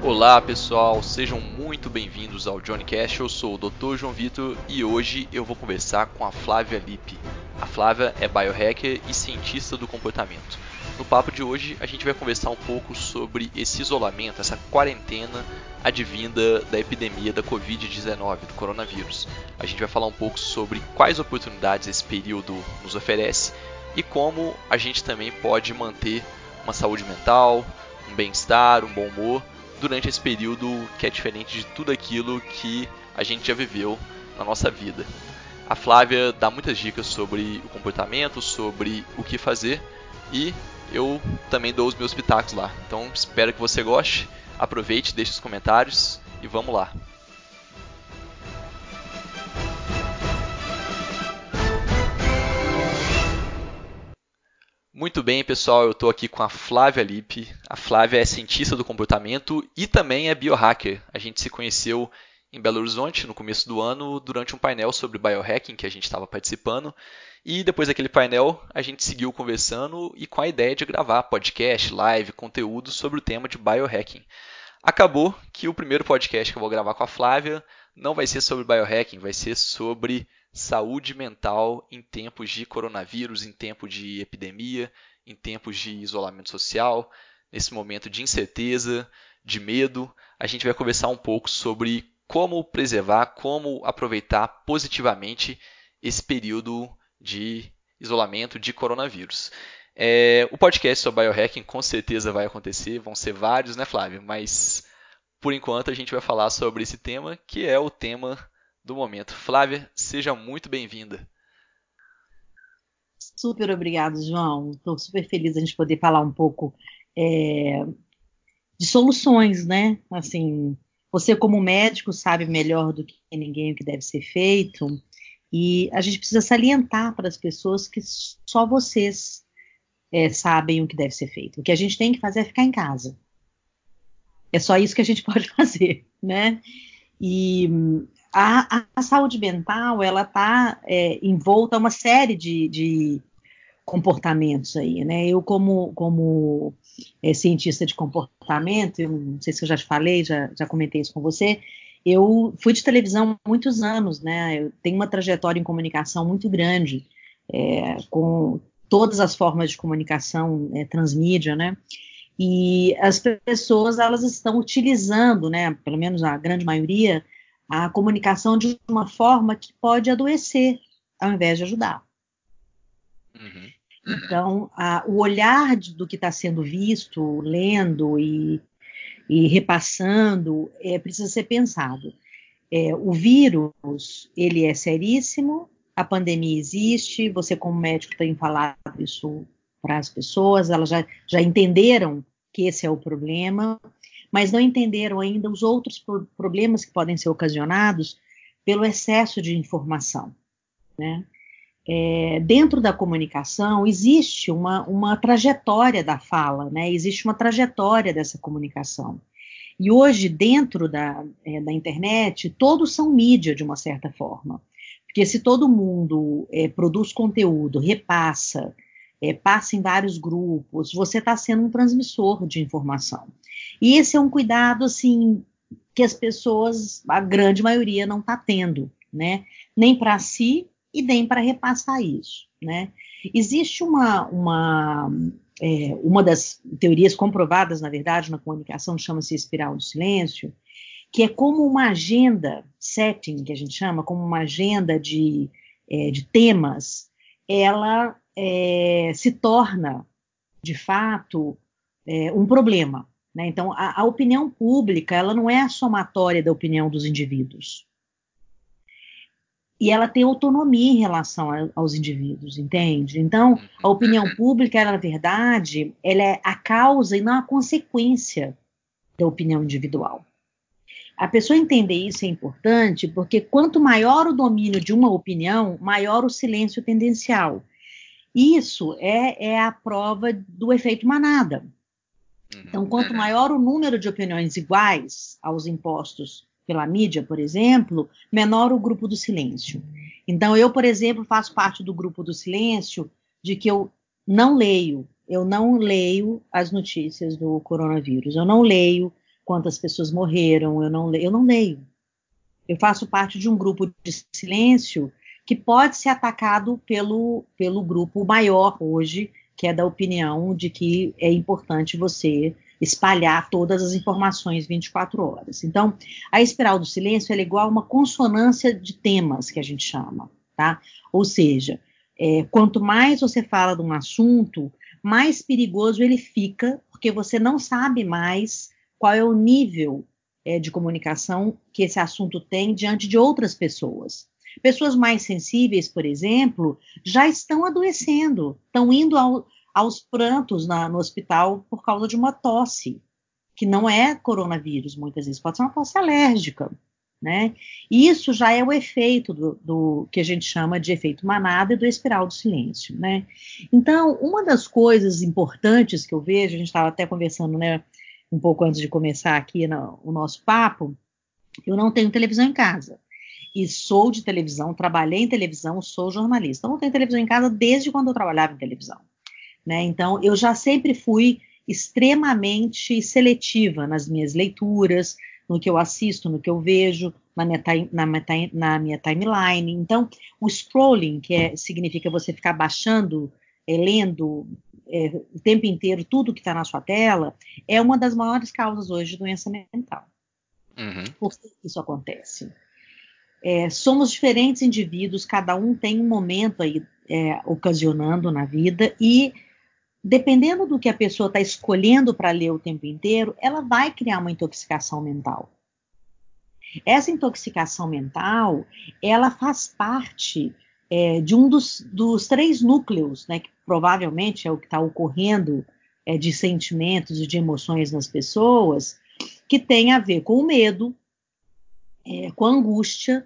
Olá pessoal, sejam muito bem-vindos ao Johnny Cash. Eu sou o Dr. João Vitor e hoje eu vou conversar com a Flávia Lippe. A Flávia é biohacker e cientista do comportamento. No papo de hoje a gente vai conversar um pouco sobre esse isolamento, essa quarentena advinda da epidemia da Covid-19, do coronavírus. A gente vai falar um pouco sobre quais oportunidades esse período nos oferece e como a gente também pode manter uma saúde mental, um bem-estar, um bom humor durante esse período que é diferente de tudo aquilo que a gente já viveu na nossa vida. A Flávia dá muitas dicas sobre o comportamento, sobre o que fazer e eu também dou os meus pitacos lá. Então espero que você goste, aproveite, deixe os comentários e vamos lá. Muito bem, pessoal, eu estou aqui com a Flávia Lippe. A Flávia é cientista do comportamento e também é biohacker. A gente se conheceu em Belo Horizonte no começo do ano durante um painel sobre biohacking que a gente estava participando. E depois daquele painel, a gente seguiu conversando e com a ideia de gravar podcast, live, conteúdo sobre o tema de biohacking. Acabou que o primeiro podcast que eu vou gravar com a Flávia não vai ser sobre biohacking, vai ser sobre saúde mental em tempos de coronavírus, em tempos de epidemia, em tempos de isolamento social, nesse momento de incerteza, de medo. A gente vai conversar um pouco sobre como preservar, como aproveitar positivamente esse período de isolamento de coronavírus. O podcast sobre biohacking com certeza vai acontecer, vão ser vários, né, Flávio? Mas por enquanto a gente vai falar sobre esse tema, que é o tema do momento. Flávia, seja muito bem-vinda. Super obrigado, João. Estou super feliz a gente poder falar um pouco de soluções, né? Assim, você como médico sabe melhor do que ninguém o que deve ser feito, e a gente precisa salientar para as pessoas que só vocês sabem o que deve ser feito. O que a gente tem que fazer é ficar em casa. É só isso que a gente pode fazer, né? E a saúde mental, ela está envolta a uma série de comportamentos aí, né? Eu, como cientista de comportamento, eu não sei se eu já te falei, já comentei isso com você, eu fui de televisão há muitos anos, né? Eu tenho uma trajetória em comunicação muito grande, com todas as formas de comunicação transmídia, né? E as pessoas, elas estão utilizando, né, pelo menos a grande maioria, a comunicação de uma forma que pode adoecer, ao invés de ajudar. Uhum. Então, o olhar do que está sendo visto, lendo e repassando, precisa ser pensado. O vírus, ele é seríssimo, a pandemia existe, você como médico tem falado isso para as pessoas, elas já entenderam que esse é o problema, mas não entenderam ainda os outros problemas que podem ser ocasionados pelo excesso de informação, né? Dentro da comunicação existe uma trajetória da fala, né? Existe uma trajetória dessa comunicação. E hoje, dentro da internet, todos são mídia, de uma certa forma. Porque se todo mundo produz conteúdo, repassa, passa em vários grupos, você está sendo um transmissor de informação. E esse é um cuidado, assim, que as pessoas, a grande maioria, não está tendo, né? Nem para si e nem para repassar isso, né? Existe uma das teorias comprovadas, na verdade, na comunicação, chama-se espiral do silêncio, que é como uma agenda setting, que a gente chama, como uma agenda de temas, ela se torna, de fato, um problema, né? Então, a opinião pública, ela não é a somatória da opinião dos indivíduos. E ela tem autonomia em relação aos indivíduos, entende? Então, a opinião pública, ela, na verdade, ela é a causa e não a consequência da opinião individual. A pessoa entender isso é importante, porque quanto maior o domínio de uma opinião, maior o silêncio tendencial. Isso é a prova do efeito manada. Então, quanto maior o número de opiniões iguais aos impostos pela mídia, por exemplo, menor o grupo do silêncio. Então, eu, por exemplo, faço parte do grupo do silêncio de que eu não leio as notícias do coronavírus, eu não leio quantas pessoas morreram, eu não leio. Eu faço parte de um grupo de silêncio que pode ser atacado pelo grupo maior hoje, que é da opinião de que é importante você espalhar todas as informações 24 horas. Então, a espiral do silêncio é igual a uma consonância de temas, que a gente chama, tá? Ou seja, quanto mais você fala de um assunto, mais perigoso ele fica, porque você não sabe mais qual é o nível de comunicação que esse assunto tem diante de outras pessoas. Pessoas mais sensíveis, por exemplo, já estão adoecendo, estão indo aos prantos no hospital por causa de uma tosse, que não é coronavírus, muitas vezes, pode ser uma tosse alérgica, né? E isso já é o efeito do que a gente chama de efeito manada e do espiral do silêncio, né? Então, uma das coisas importantes que eu vejo, a gente estava até conversando, né, um pouco antes de começar aqui o nosso papo, eu não tenho televisão em casa. E sou de televisão, trabalhei em televisão, sou jornalista. Eu não tenho televisão em casa desde quando eu trabalhava em televisão, né? Então, eu já sempre fui extremamente seletiva nas minhas leituras, no que eu assisto, no que eu vejo, na minha timeline. Então, o scrolling, significa você ficar baixando, lendo o tempo inteiro tudo que está na sua tela, é uma das maiores causas hoje de doença mental. Uhum. Por que isso acontece? Somos diferentes indivíduos, cada um tem um momento aí ocasionando na vida, e dependendo do que a pessoa está escolhendo para ler o tempo inteiro, ela vai criar uma intoxicação mental. Essa intoxicação mental, ela faz parte de um dos 3 núcleos, né, que provavelmente é o que está ocorrendo de sentimentos e de emoções nas pessoas, que tem a ver com o medo, com a angústia.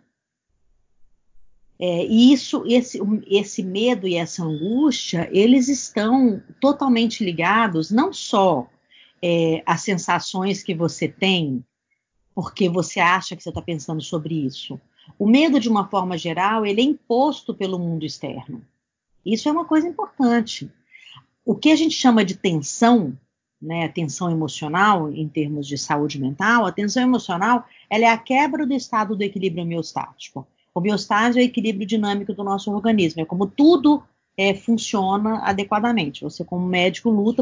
E esse medo e essa angústia, eles estão totalmente ligados não só às sensações que você tem, porque você acha que você está pensando sobre isso. O medo, de uma forma geral, ele é imposto pelo mundo externo. Isso é uma coisa importante. O que a gente chama de tensão, né, tensão emocional, em termos de saúde mental, a tensão emocional, ela é a quebra do estado do equilíbrio homeostático. Homeostase é o equilíbrio dinâmico do nosso organismo, é como tudo funciona adequadamente. Você, como médico, luta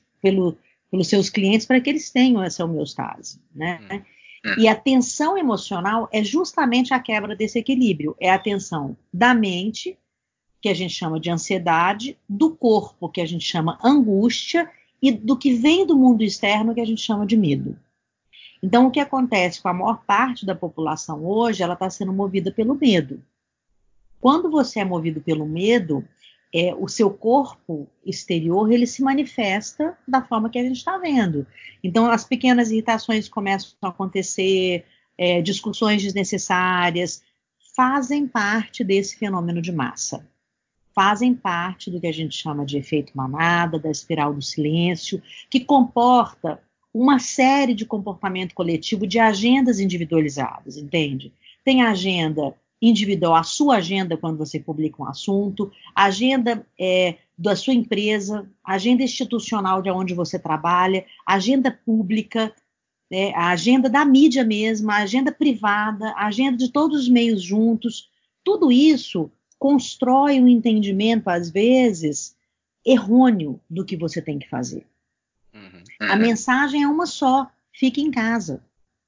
pelos seus clientes para que eles tenham essa homeostase, né? E a tensão emocional é justamente a quebra desse equilíbrio. É a tensão da mente, que a gente chama de ansiedade, do corpo, que a gente chama angústia, e do que vem do mundo externo, que a gente chama de medo. Então, o que acontece com a maior parte da população hoje, ela está sendo movida pelo medo. Quando você é movido pelo medo, o seu corpo exterior, ele se manifesta da forma que a gente está vendo. Então, as pequenas irritações começam a acontecer, discussões desnecessárias, fazem parte desse fenômeno de massa. Fazem parte do que a gente chama de efeito manada, da espiral do silêncio, que comporta uma série de comportamento coletivo de agendas individualizadas, entende? Tem a agenda individual, a sua agenda quando você publica um assunto, a agenda da sua empresa, a agenda institucional de onde você trabalha, a agenda pública, a agenda da mídia mesma, a agenda privada, a agenda de todos os meios juntos. Tudo isso constrói um entendimento, às vezes, errôneo do que você tem que fazer. Uhum. A mensagem é uma só: fique em casa.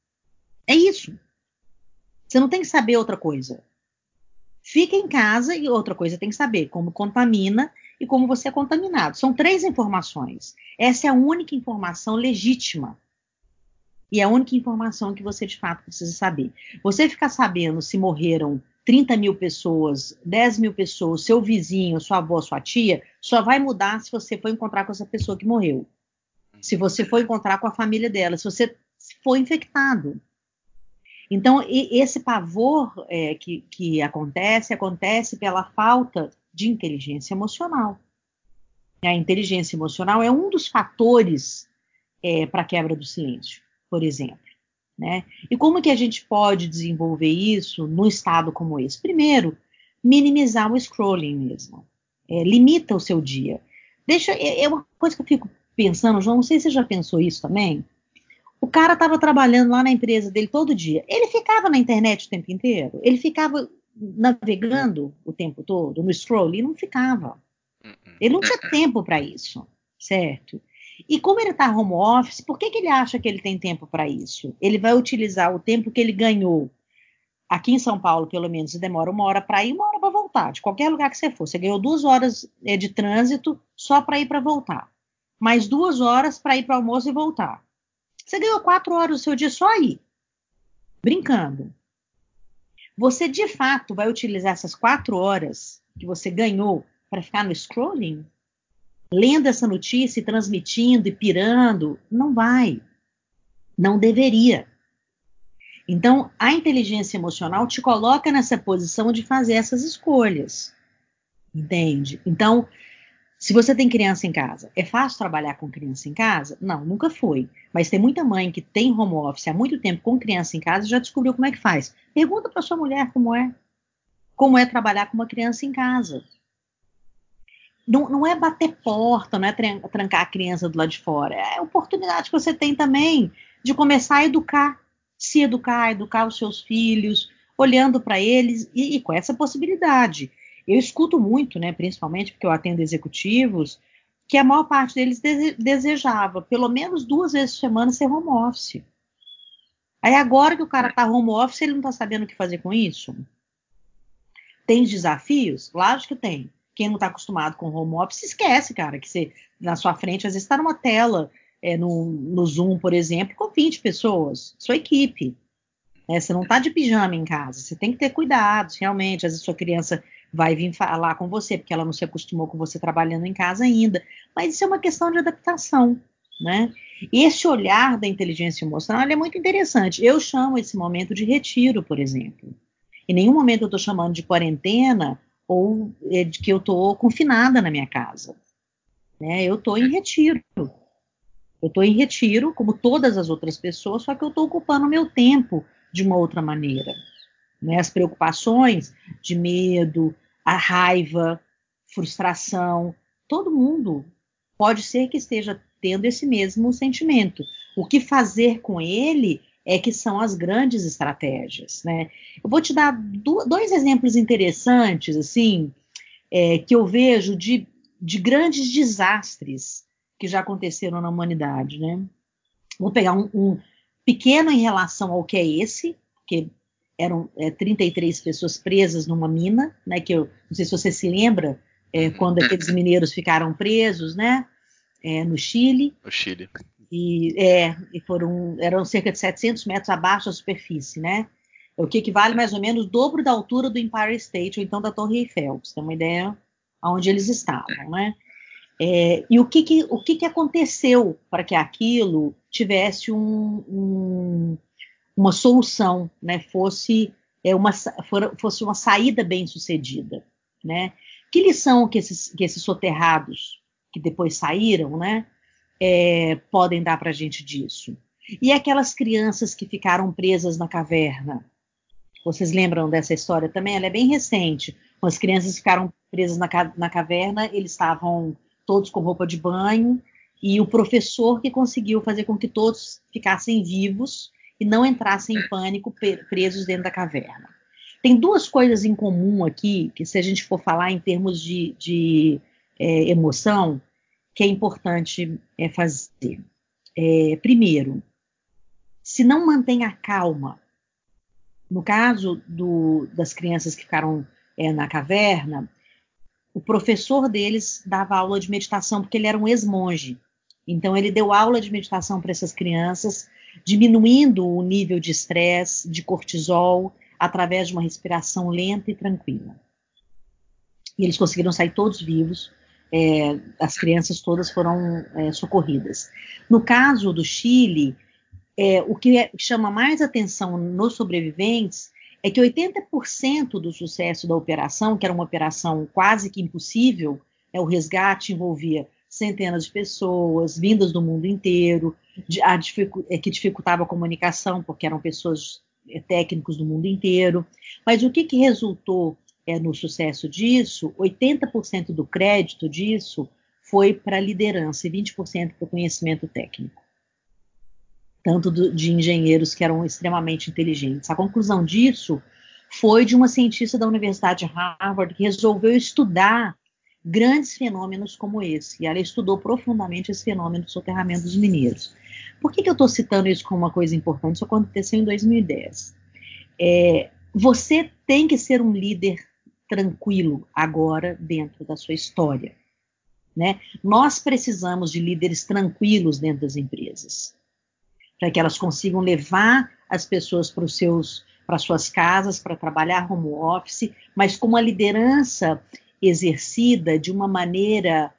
É isso. Você não tem que saber outra coisa. Fique em casa, e outra coisa tem que saber: como contamina e como você é contaminado. São 3 informações. Essa é a única informação legítima. E é a única informação que você, de fato, precisa saber. Você ficar sabendo se morreram 30 mil pessoas, 10 mil pessoas, seu vizinho, sua avó, sua tia, só vai mudar se você for encontrar com essa pessoa que morreu. Se você for encontrar com a família dela, se você for infectado. Então, esse pavor que acontece pela falta de inteligência emocional. A inteligência emocional é um dos fatores para a quebra do silêncio, por exemplo. Né? E como que a gente pode desenvolver isso num estado como esse? Primeiro, minimizar o scrolling mesmo. Limita o seu dia. É uma coisa que eu fico pensando, João, não sei se você já pensou isso também. O cara estava trabalhando lá na empresa dele todo dia. Ele ficava na internet o tempo inteiro? Ele ficava navegando o tempo todo, no scroll? Ele não ficava. Ele não tinha tempo para isso, certo? E como ele está home office, por que ele acha que ele tem tempo para isso? Ele vai utilizar o tempo que ele ganhou. Aqui em São Paulo, pelo menos, demora 1 hora para ir, 1 hora para voltar. De qualquer lugar que você for. Você ganhou 2 horas de trânsito só para ir para voltar. Mais 2 horas para ir para o almoço e voltar. Você ganhou 4 horas do seu dia só aí, brincando. Você, de fato, vai utilizar essas 4 horas que você ganhou para ficar no scrolling? Lendo essa notícia, transmitindo e pirando? Não vai. Não deveria. Então, a inteligência emocional te coloca nessa posição de fazer essas escolhas. Entende? Então, se você tem criança em casa, é fácil trabalhar com criança em casa? Não, nunca foi. Mas tem muita mãe que tem home office há muito tempo com criança em casa e já descobriu como é que faz. Pergunta para sua mulher como é. Como é trabalhar com uma criança em casa. Não é bater porta, não é trancar a criança do lado de fora. É a oportunidade que você tem também de começar a educar. Se educar, educar os seus filhos, olhando para eles e com essa possibilidade. Eu escuto muito, né, principalmente porque eu atendo executivos, que a maior parte deles desejava pelo menos 2 vezes por semana ser home office. Aí agora que o cara está home office, ele não está sabendo o que fazer com isso? Tem desafios? Lógico que tem. Quem não está acostumado com home office, esquece, cara, que você, na sua frente, às vezes está numa tela, no Zoom, por exemplo, com 20 pessoas, sua equipe. Você não está de pijama em casa, você tem que ter cuidados, realmente. Às vezes sua criança vai vir falar com você, porque ela não se acostumou com você trabalhando em casa ainda. Mas isso é uma questão de adaptação, né? E esse olhar da inteligência emocional é muito interessante. Eu chamo esse momento de retiro, por exemplo. Em nenhum momento eu estou chamando de quarentena ou de que eu estou confinada na minha casa. Né? Eu estou em retiro. Eu estou em retiro, como todas as outras pessoas, só que eu estou ocupando o meu tempo de uma outra maneira. Né? As preocupações de medo, a raiva, frustração, todo mundo pode ser que esteja tendo esse mesmo sentimento. O que fazer com ele é que são as grandes estratégias. Né? Eu vou te dar 2 exemplos interessantes, assim, que eu vejo de grandes desastres que já aconteceram na humanidade. Né? Vou pegar um pequeno em relação ao que é esse, que eram 33 pessoas presas numa mina, né, que eu não sei se você se lembra, quando aqueles mineiros ficaram presos, né, no Chile. No Chile. E eram cerca de 700 metros abaixo da superfície, né? O que equivale mais ou menos o dobro da altura do Empire State, ou então da Torre Eiffel, pra você ter uma ideia aonde eles estavam, né? E o que aconteceu para que aquilo tivesse uma solução, né? Fosse uma saída bem sucedida, né? Que lição que esses soterrados que depois saíram, né? Podem dar para a gente disso? E aquelas crianças que ficaram presas na caverna? Vocês lembram dessa história também? Ela é bem recente. As crianças ficaram presas na caverna, eles estavam todos com roupa de banho, e o professor que conseguiu fazer com que todos ficassem vivos e não entrassem em pânico presos dentro da caverna. Tem 2 coisas em comum aqui, que se a gente for falar em termos de emoção, que é importante fazer. Primeiro, se não mantém a calma, no caso das crianças que ficaram na caverna, o professor deles dava aula de meditação, porque ele era um ex-monge. Então, ele deu aula de meditação para essas crianças, diminuindo o nível de estresse, de cortisol, através de uma respiração lenta e tranquila. E eles conseguiram sair todos vivos, as crianças todas foram socorridas. No caso do Chile, o que chama mais atenção nos sobreviventes é que 80% do sucesso da operação, que era uma operação quase que impossível, o resgate envolvia centenas de pessoas, vindas do mundo inteiro, que dificultava a comunicação, porque eram pessoas técnicos do mundo inteiro. Mas o que resultou no sucesso disso? 80% do crédito disso foi para a liderança e 20% para o conhecimento técnico. tanto de engenheiros que eram extremamente inteligentes. A conclusão disso foi de uma cientista da Universidade de Harvard que resolveu estudar grandes fenômenos como esse. E ela estudou profundamente esse fenômeno do soterramento dos mineiros. Por que eu estou citando isso como uma coisa importante? Isso aconteceu em 2010. Você tem que ser um líder tranquilo agora dentro da sua história, né? Nós precisamos de líderes tranquilos dentro das empresas, para que elas consigam levar as pessoas para suas casas, para trabalhar home office, mas com uma liderança exercida de uma maneira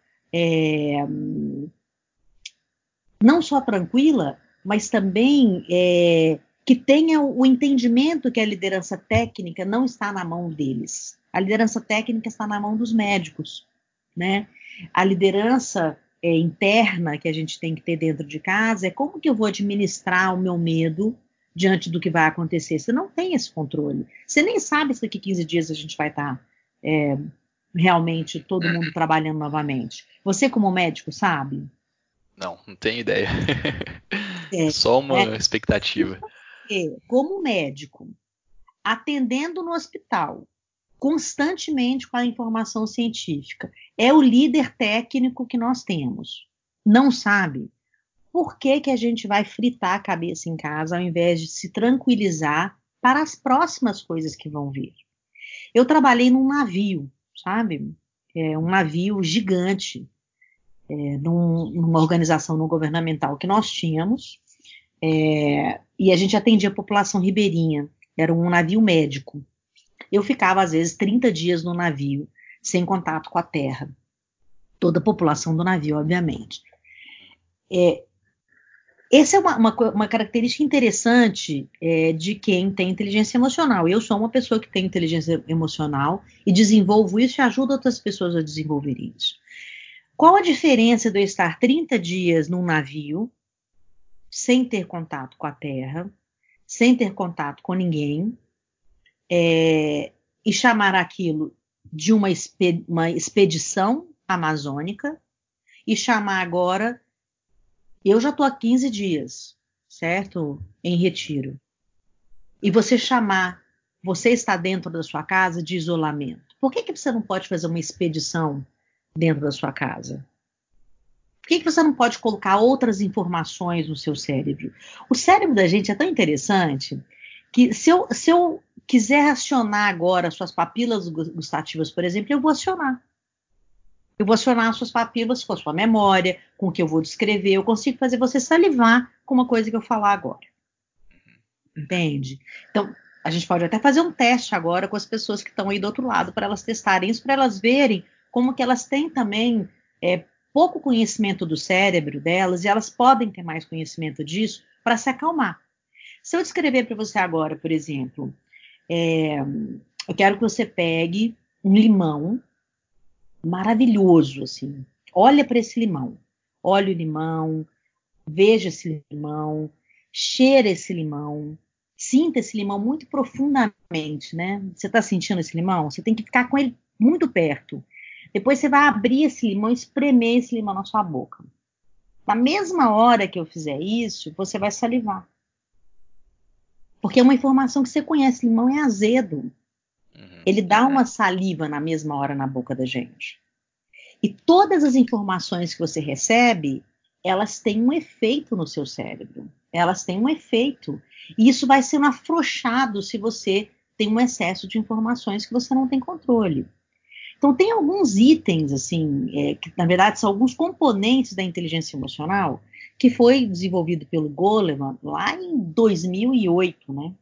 não só tranquila, mas também que tenha o entendimento que a liderança técnica não está na mão deles. A liderança técnica está na mão dos médicos, né? A liderança interna que a gente tem que ter dentro de casa é como que eu vou administrar o meu medo diante do que vai acontecer. Você não tem esse controle. Você nem sabe se daqui 15 dias a gente vai estar realmente todo mundo trabalhando novamente. Você como médico sabe? Não tenho ideia. Só uma expectativa. Como médico, atendendo no hospital, constantemente com a informação científica, é o líder técnico que nós temos. Não sabe por que a gente vai fritar a cabeça em casa ao invés de se tranquilizar para as próximas coisas que vão vir. Eu trabalhei num navio, sabe? Um navio gigante, numa organização não governamental que nós tínhamos, e a gente atendia a população ribeirinha. Era um navio médico. Eu ficava, às vezes, 30 dias no navio, sem contato com a terra. Toda a população do navio, obviamente. Essa é uma característica interessante de quem tem inteligência emocional. Eu sou uma pessoa que tem inteligência emocional e desenvolvo isso e ajudo outras pessoas a desenvolverem isso. Qual a diferença de eu estar 30 dias num navio, sem ter contato com a terra, sem ter contato com ninguém, e chamar aquilo de uma expedição amazônica, e chamar agora, eu já estou há 15 dias, certo? Em retiro. E você está dentro da sua casa de isolamento. Por que você não pode fazer uma expedição dentro da sua casa? Por que você não pode colocar outras informações no seu cérebro? O cérebro da gente é tão interessante que se eu quiser acionar agora suas papilas gustativas, por exemplo, eu vou acionar. Eu vou acionar as suas papilas com a sua memória, com o que eu vou descrever. Eu consigo fazer você salivar com uma coisa que eu falar agora. Entende? Então, a gente pode até fazer um teste agora com as pessoas que estão aí do outro lado, para elas testarem isso, para elas verem como que elas têm também pouco conhecimento do cérebro delas, e elas podem ter mais conhecimento disso para se acalmar. Se eu descrever para você agora, por exemplo, eu quero que você pegue um limão maravilhoso, assim. Olha para esse limão. Olha o limão, veja esse limão, cheira esse limão, sinta esse limão muito profundamente, né? Você está sentindo esse limão? Você tem que ficar com ele muito perto. Depois você vai abrir esse limão e espremer esse limão na sua boca. Na mesma hora que eu fizer isso, você vai salivar. Porque é uma informação que você conhece. Limão é azedo. Ele dá uma saliva na mesma hora na boca da gente. E todas as informações que você recebe, elas têm um efeito no seu cérebro. Elas têm um efeito. E isso vai sendo afrouxado se você tem um excesso de informações que você não tem controle. Então, tem alguns itens, assim, que na verdade são alguns componentes da inteligência emocional, que foi desenvolvido pelo Goleman lá em 2008, né?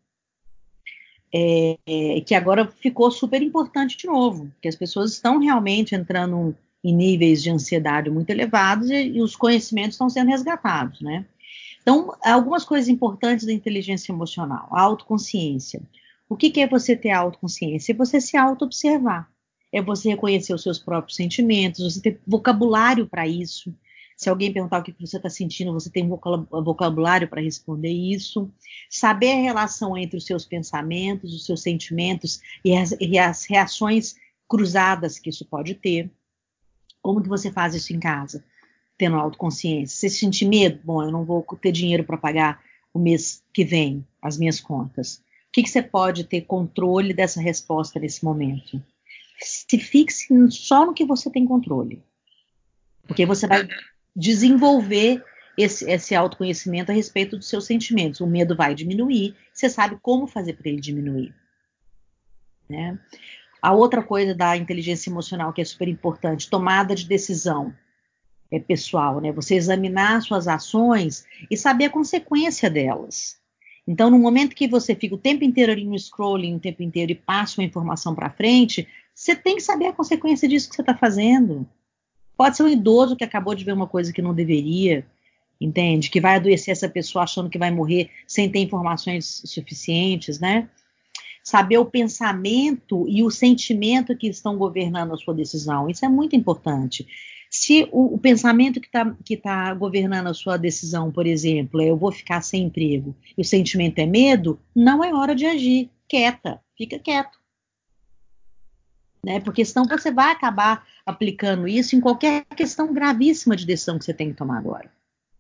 Que agora ficou super importante de novo, porque as pessoas estão realmente entrando em níveis de ansiedade muito elevados e os conhecimentos estão sendo resgatados, né? Então, algumas coisas importantes da inteligência emocional. A autoconsciência. O que é você ter autoconsciência? É você se auto-observar. É você reconhecer os seus próprios sentimentos, você ter vocabulário para isso. Se alguém perguntar o que você está sentindo, você tem vocabulário para responder isso. Saber a relação entre os seus pensamentos, os seus sentimentos e as reações cruzadas que isso pode ter. Como que você faz isso em casa? Tendo autoconsciência. Você sente medo? Bom, eu não vou ter dinheiro para pagar o mês que vem as minhas contas? O que você pode ter controle dessa resposta nesse momento? Se fixe só no que você tem controle. Porque você vai desenvolver esse autoconhecimento a respeito dos seus sentimentos. O medo vai diminuir, você sabe como fazer para ele diminuir. Né? A outra coisa da inteligência emocional que é super importante, tomada de decisão pessoal, né? Você examinar suas ações e saber a consequência delas. Então, no momento que você fica o tempo inteiro ali no scrolling, o tempo inteiro e passa uma informação para frente, você tem que saber a consequência disso que você está fazendo. Pode ser um idoso que acabou de ver uma coisa que não deveria, entende? Que vai adoecer essa pessoa achando que vai morrer sem ter informações suficientes, né? Saber o pensamento e o sentimento que estão governando a sua decisão. Isso é muito importante. Se o pensamento que tá governando a sua decisão, por exemplo, é eu vou ficar sem emprego, e o sentimento é medo, não é hora de agir. Quieta, fica quieto. Né? Porque senão você vai acabar aplicando isso em qualquer questão gravíssima de decisão que você tem que tomar agora.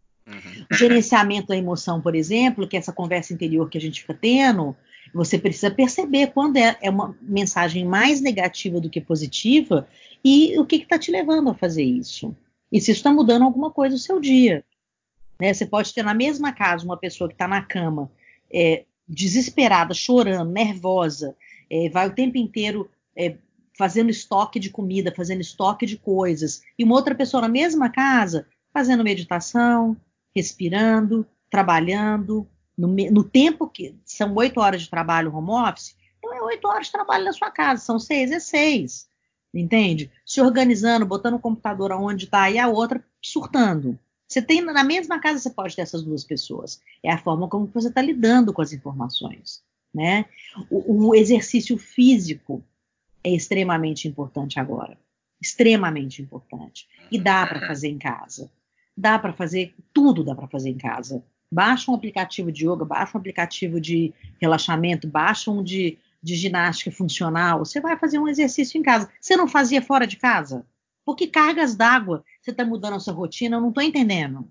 O gerenciamento da emoção, por exemplo, que é essa conversa interior que a gente fica tendo, você precisa perceber quando é uma mensagem mais negativa do que positiva e o que está te levando a fazer isso. E se isso está mudando alguma coisa no seu dia. Né? Você pode ter na mesma casa uma pessoa que está na cama, desesperada, chorando, nervosa, vai o tempo inteiro fazendo estoque de comida, fazendo estoque de coisas, e uma outra pessoa na mesma casa fazendo meditação, respirando, trabalhando, no tempo que são 8 horas de trabalho home office, então é 8 horas de trabalho na sua casa, são 6, é 6, entende? Se organizando, botando o computador aonde está, e a outra surtando. Você tem, na mesma casa você pode ter essas duas pessoas, é a forma como você está lidando com as informações, né? O exercício físico é extremamente importante agora, extremamente importante, e dá para fazer em casa. Dá para fazer, tudo dá para fazer em casa. Baixa um aplicativo de yoga, baixa um aplicativo de relaxamento, baixa um de ginástica funcional. Você vai fazer um exercício em casa. Você não fazia fora de casa? Por que cargas d'água você está mudando a sua rotina? Eu não estou entendendo.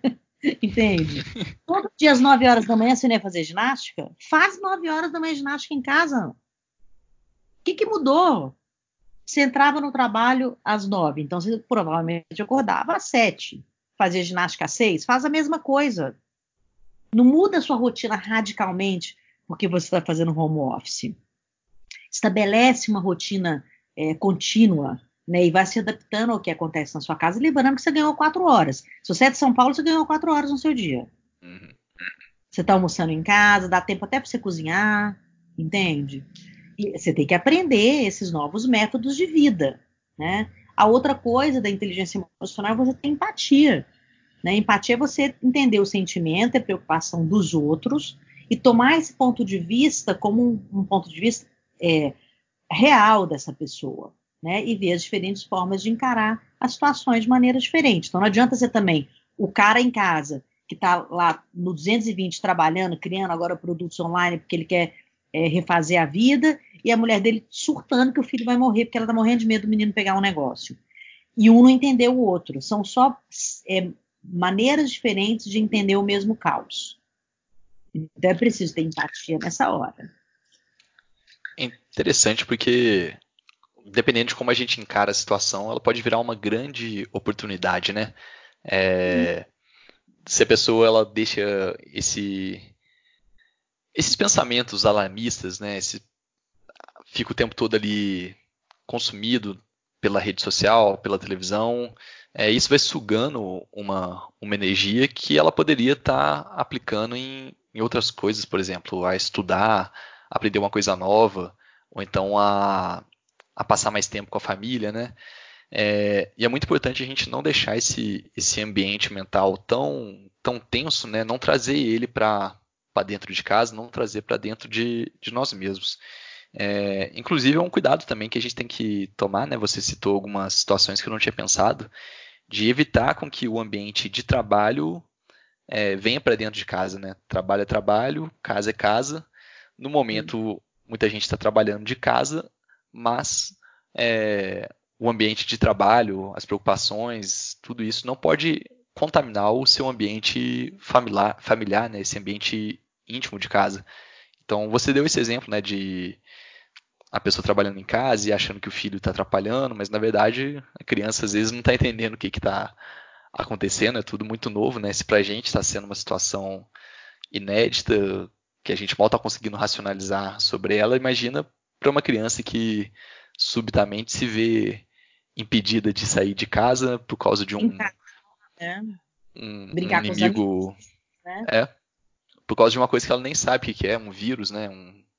Entende? Todo dia às 9 horas da manhã você não ia fazer ginástica? Faz 9 horas da manhã ginástica em casa. O que mudou? Você entrava no trabalho às 9, então você provavelmente acordava às 7. Fazia ginástica às 6, faz a mesma coisa. Não muda a sua rotina radicalmente porque você está fazendo home office. Estabelece uma rotina contínua, né, e vai se adaptando ao que acontece na sua casa, lembrando que você ganhou 4 horas. Se você é de São Paulo, você ganhou 4 horas no seu dia. Você está almoçando em casa, dá tempo até para você cozinhar, entende? E você tem que aprender esses novos métodos de vida, né? A outra coisa da inteligência emocional é você ter empatia. Né? Empatia é você entender o sentimento e a preocupação dos outros e tomar esse ponto de vista como um ponto de vista real dessa pessoa, né? E ver as diferentes formas de encarar as situações de maneira diferente. Então não adianta você também, o cara em casa que está lá no 220 trabalhando, criando agora produtos online porque ele quer refazer a vida, e a mulher dele surtando que o filho vai morrer porque ela está morrendo de medo do menino pegar um negócio. E um não entendeu o outro. São só maneiras diferentes de entender o mesmo caos. Então é preciso ter empatia nessa hora. É interessante porque, dependendo de como a gente encara a situação, ela pode virar uma grande oportunidade, né? Se a pessoa ela deixa esses pensamentos alarmistas, né? Fica o tempo todo ali consumido pela rede social, pela televisão, isso vai sugando uma energia que ela poderia estar aplicando em outras coisas, por exemplo, a estudar, aprender uma coisa nova, ou então a passar mais tempo com a família, né? E é muito importante a gente não deixar esse ambiente mental tão tenso, né? Não trazer ele para dentro de casa, não trazer para dentro de nós mesmos. Inclusive é um cuidado também que a gente tem que tomar, né? Você citou algumas situações que eu não tinha pensado, de evitar com que o ambiente de trabalho venha para dentro de casa, né? Trabalho é trabalho, casa é casa. No momento, muita gente está trabalhando de casa, mas o ambiente de trabalho, as preocupações, tudo isso não pode contaminar o seu ambiente familiar, né, esse ambiente íntimo de casa. Então, você deu esse exemplo, né, de a pessoa trabalhando em casa e achando que o filho está atrapalhando, mas na verdade a criança às vezes não está entendendo o que está acontecendo, é tudo muito novo, né? Se pra gente está sendo uma situação inédita, que a gente mal está conseguindo racionalizar sobre ela, imagina para uma criança que subitamente se vê impedida de sair de casa por causa de Brincar, né? um Brincar com os amigos, inimigo, né? é, por causa de uma coisa que ela nem sabe o que é, um vírus, né?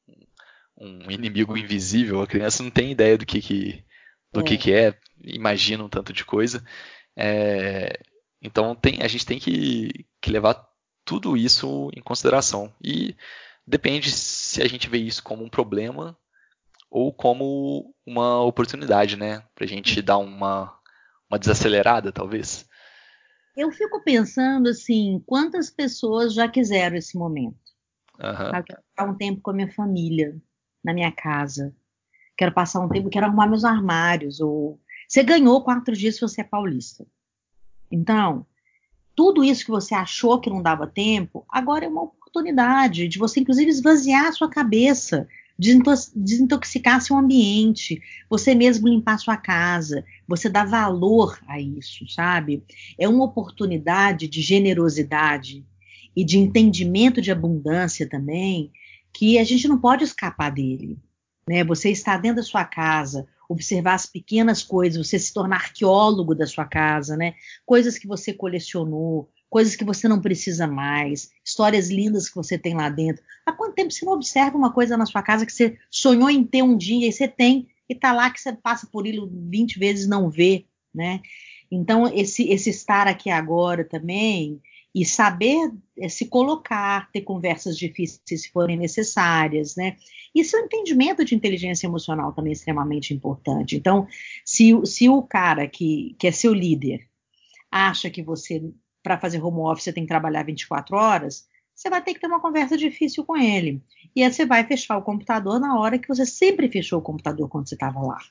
Um inimigo invisível. A criança não tem ideia do que é, imagina um tanto de coisa. É, então a gente tem que levar tudo isso em consideração. E depende se a gente vê isso como um problema ou como uma oportunidade, né? Pra gente dar uma desacelerada, talvez. Eu fico pensando assim, quantas pessoas já quiseram esse momento? Aham. Eu quero passar um tempo com a minha família, na minha casa. Quero passar um tempo, quero arrumar meus armários. Ou você ganhou 4 dias se você é paulista. Então, tudo isso que você achou que não dava tempo, agora é uma oportunidade de você, inclusive, esvaziar a sua cabeça, desintoxicar seu ambiente, você mesmo limpar sua casa, você dá valor a isso, sabe? É uma oportunidade de generosidade e de entendimento de abundância também, que a gente não pode escapar dele, né? Você está dentro da sua casa, observar as pequenas coisas, você se tornar arqueólogo da sua casa, né? Coisas que você colecionou, coisas que você não precisa mais, histórias lindas que você tem lá dentro. Há quanto tempo você não observa uma coisa na sua casa que você sonhou em ter um dia e você tem, e tá lá que você passa por ele 20 vezes e não vê, né? Então, esse estar aqui agora também, e saber se colocar, ter conversas difíceis se forem necessárias, né? E seu entendimento de inteligência emocional também é extremamente importante. Então, se o cara que é seu líder acha que você, para fazer home office, você tem que trabalhar 24 horas, você vai ter que ter uma conversa difícil com ele. E aí você vai fechar o computador na hora que você sempre fechou o computador quando você estava lá.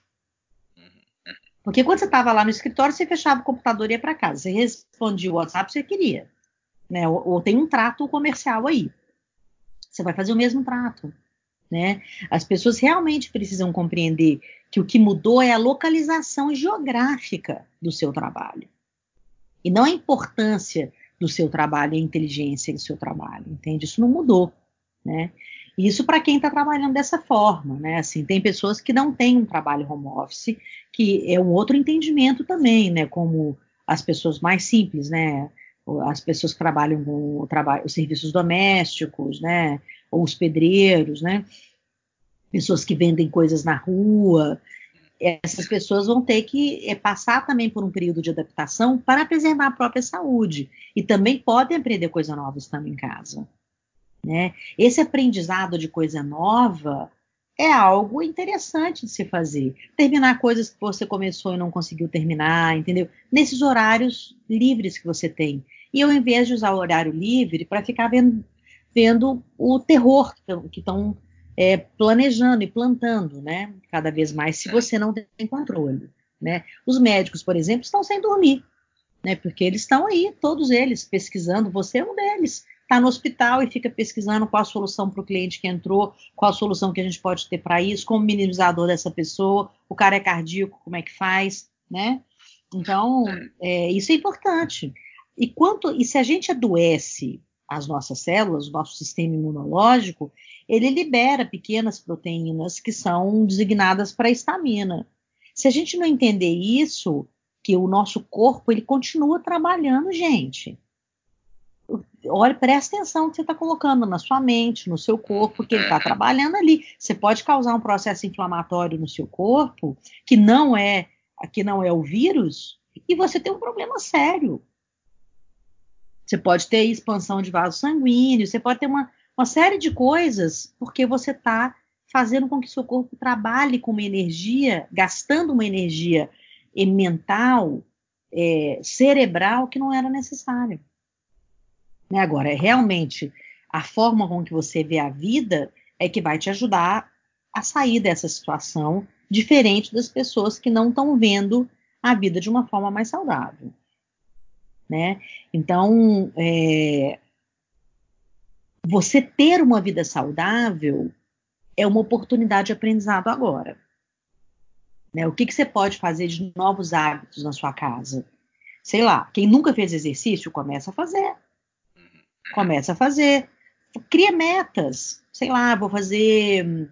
Porque quando você estava lá no escritório, você fechava o computador e ia para casa. Você respondia o WhatsApp se você queria. Né? Ou tem um trato comercial aí. Você vai fazer o mesmo trato. Né? As pessoas realmente precisam compreender que o que mudou é a localização geográfica do seu trabalho. E não a importância do seu trabalho, a inteligência do seu trabalho, entende? Isso não mudou, né? Isso para quem está trabalhando dessa forma, né? Assim, tem pessoas que não têm um trabalho home office, que é um outro entendimento também, né? Como as pessoas mais simples, né? As pessoas que trabalham com os serviços domésticos, né? Ou os pedreiros, né? Pessoas que vendem coisas na rua, essas pessoas vão ter que passar também por um período de adaptação para preservar a própria saúde. E também podem aprender coisa nova estando em casa. Né? Esse aprendizado de coisa nova é algo interessante de se fazer. Terminar coisas que você começou e não conseguiu terminar, entendeu? Nesses horários livres que você tem. E ao invés de usar o horário livre para ficar vendo o terror que estão planejando e plantando, né? Cada vez mais, se você não tem controle. Né? Os médicos, por exemplo, estão sem dormir, né? Porque eles estão aí, todos eles, pesquisando. Você é um deles. Está no hospital e fica pesquisando qual a solução para o cliente que entrou, qual a solução que a gente pode ter para isso, como minimizar a dor dessa pessoa, o cara é cardíaco, como é que faz, né? Então, isso é importante. E se a gente adoece as nossas células, o nosso sistema imunológico, ele libera pequenas proteínas que são designadas para a estamina. Se a gente não entender isso, que o nosso corpo ele continua trabalhando, gente. Olha, presta atenção no que você está colocando na sua mente, no seu corpo, porque ele está trabalhando ali. Você pode causar um processo inflamatório no seu corpo que não é o vírus, e você tem um problema sério. Você pode ter expansão de vaso sanguíneo, você pode ter uma série de coisas, porque você está fazendo com que seu corpo trabalhe com uma energia, gastando uma energia mental, cerebral, que não era necessária. Né? Agora, realmente, a forma com que você vê a vida é que vai te ajudar a sair dessa situação, diferente das pessoas que não estão vendo a vida de uma forma mais saudável. né? Então, você ter uma vida saudável é uma oportunidade de aprendizado agora, né? O que que você pode fazer de novos hábitos na sua casa? Sei lá, quem nunca fez exercício, começa a fazer. Começa a fazer. Cria metas. Sei lá, vou fazer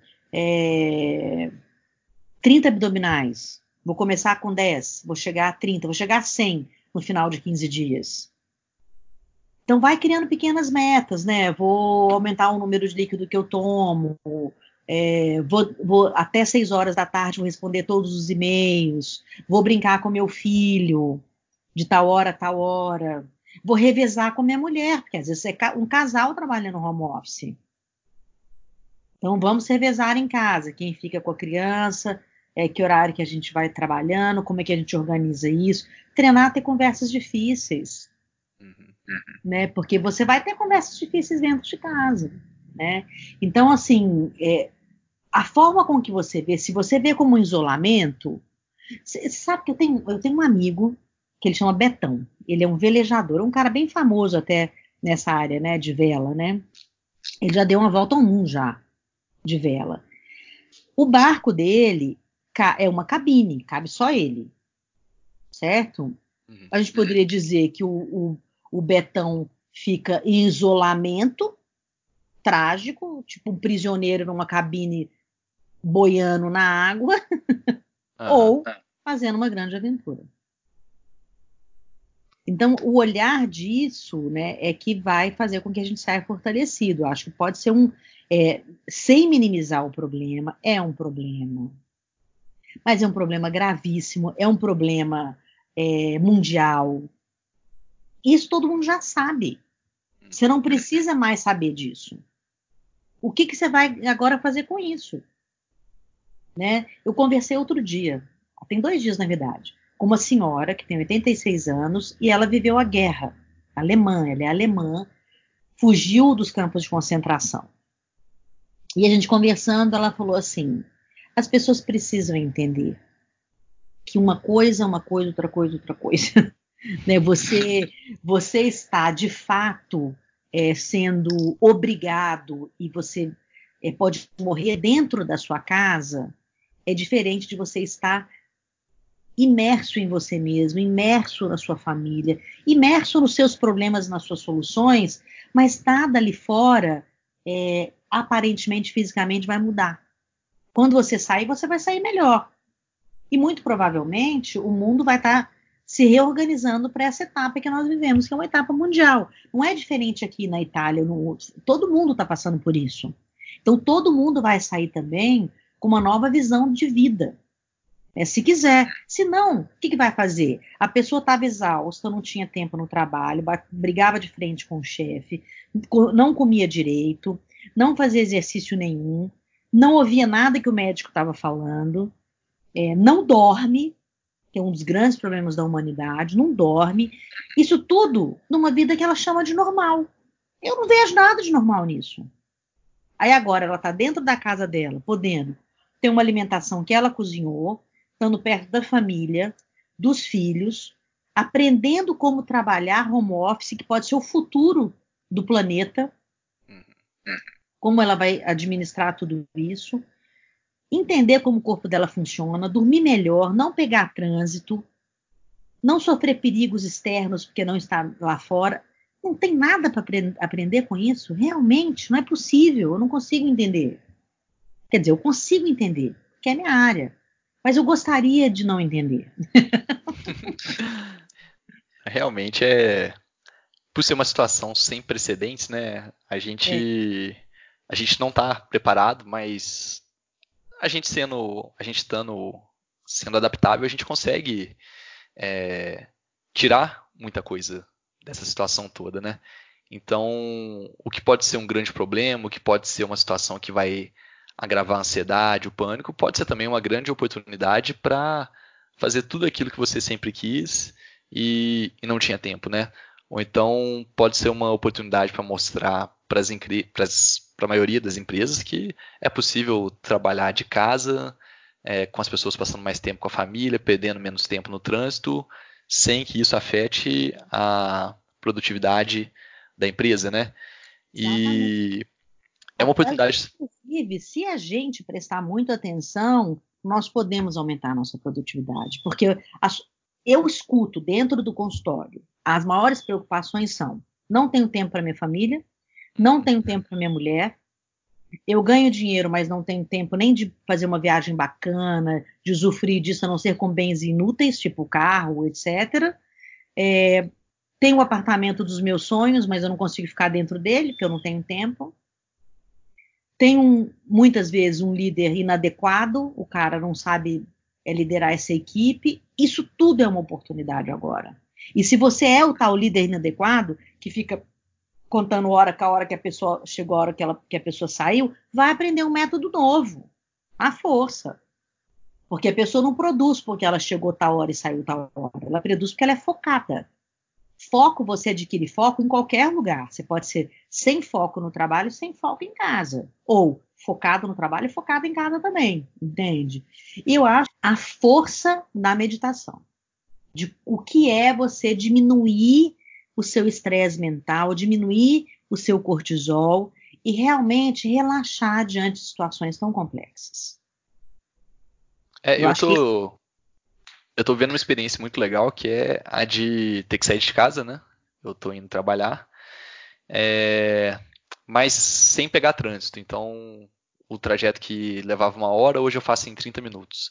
30 abdominais. Vou começar com 10, vou chegar a 30, vou chegar a 100 no final de 15 dias. Então vai criando pequenas metas, né? Vou aumentar o número de líquido que eu tomo, vou até 6 horas da tarde vou responder todos os e-mails, vou brincar com meu filho de tal hora a tal hora, vou revezar com minha mulher, porque às vezes é um casal trabalhando no home office. Então vamos revezar em casa, quem fica com a criança, que horário que a gente vai trabalhando, como é que a gente organiza isso, treinar a ter conversas difíceis. Né? Porque você vai ter conversas difíceis dentro de casa, né? Então, assim, a forma com que você vê, se você vê como um isolamento, você sabe que eu tenho um amigo que ele chama Betão, ele é um velejador, um cara bem famoso até nessa área, né, de vela, né? Ele já deu uma volta ao mundo já de vela. O barco dele é uma cabine, cabe só ele, certo? A gente poderia dizer que o Betão fica em isolamento trágico, tipo um prisioneiro numa cabine boiando na água, ou fazendo uma grande aventura. Então, o olhar disso, né, é que vai fazer com que a gente saia fortalecido. Eu acho que pode ser sem minimizar o problema, é um problema. Mas é um problema gravíssimo, é um problema mundial. Isso todo mundo já sabe. Você não precisa mais saber disso. O que você vai agora fazer com isso? Né? Eu conversei outro dia, tem 2 dias na verdade, com uma senhora que tem 86 anos e ela viveu a guerra alemã, ela é alemã, fugiu dos campos de concentração. E a gente conversando, ela falou assim, as pessoas precisam entender que uma coisa é uma coisa, outra coisa, outra coisa. Né? Você está, de fato, sendo obrigado e você pode morrer dentro da sua casa, é diferente de você estar imerso em você mesmo, imerso na sua família, imerso nos seus problemas, nas suas soluções, mas nada ali fora, aparentemente, fisicamente, vai mudar. Quando você sair, você vai sair melhor. E muito provavelmente o mundo vai estar se reorganizando para essa etapa que nós vivemos, que é uma etapa mundial. Não é diferente aqui na Itália, todo mundo está passando por isso. Então todo mundo vai sair também com uma nova visão de vida. Se quiser. Se não, o que vai fazer? A pessoa estava exausta, não tinha tempo no trabalho, brigava de frente com o chefe, não comia direito, não fazia exercício nenhum, não ouvia nada que o médico estava falando, não dorme, que é um dos grandes problemas da humanidade, não dorme. Isso tudo numa vida que ela chama de normal. Eu não vejo nada de normal nisso. Aí agora ela está dentro da casa dela, podendo ter uma alimentação que ela cozinhou, estando perto da família, dos filhos, aprendendo como trabalhar home office, que pode ser o futuro do planeta, como ela vai administrar tudo isso, entender como o corpo dela funciona, dormir melhor, não pegar trânsito, não sofrer perigos externos porque não está lá fora. Não tem nada para aprender com isso? Realmente, não é possível, eu não consigo entender. Quer dizer, eu consigo entender, que é minha área, mas eu gostaria de não entender. Realmente por ser uma situação sem precedentes, né? A gente não está preparado, mas a gente estando sendo adaptável, a gente consegue tirar muita coisa dessa situação toda, né? Então, o que pode ser um grande problema, o que pode ser uma situação que vai agravar a ansiedade, o pânico, pode ser também uma grande oportunidade para fazer tudo aquilo que você sempre quis e não tinha tempo, né? Ou então pode ser uma oportunidade para mostrar para a maioria das empresas que é possível trabalhar de casa, com as pessoas passando mais tempo com a família, perdendo menos tempo no trânsito, sem que isso afete a produtividade da empresa, né? Exatamente. E é uma oportunidade. Inclusive, se a gente prestar muita atenção, nós podemos aumentar a nossa produtividade. Porque eu escuto dentro do consultório, as maiores preocupações são: não tenho tempo para minha família, não tenho tempo para minha mulher, eu ganho dinheiro, mas não tenho tempo nem de fazer uma viagem bacana, de usufruir disso, a não ser com bens inúteis, tipo carro, etc. Tenho o apartamento dos meus sonhos, mas eu não consigo ficar dentro dele, porque eu não tenho tempo. Tem muitas vezes um líder inadequado, o cara não sabe liderar essa equipe. Isso tudo é uma oportunidade agora. E se você é o tal líder inadequado, que fica contando hora com a hora que a pessoa chegou, a hora que a pessoa saiu, vai aprender um método novo, à força. Porque a pessoa não produz porque ela chegou tal hora e saiu tal hora. Ela produz porque ela é focada. Foco, você adquire foco em qualquer lugar. Você pode ser sem foco no trabalho, sem foco em casa. Ou focado no trabalho e focado em casa também, entende? E eu acho a força da meditação. De o que é você diminuir o seu estresse mental, diminuir o seu cortisol e realmente relaxar diante de situações tão complexas. É, Eu acho que eu tô vendo uma experiência muito legal que é a de ter que sair de casa, né? Eu tô indo trabalhar, mas sem pegar trânsito. Então, o trajeto que levava uma hora, hoje eu faço em 30 minutos.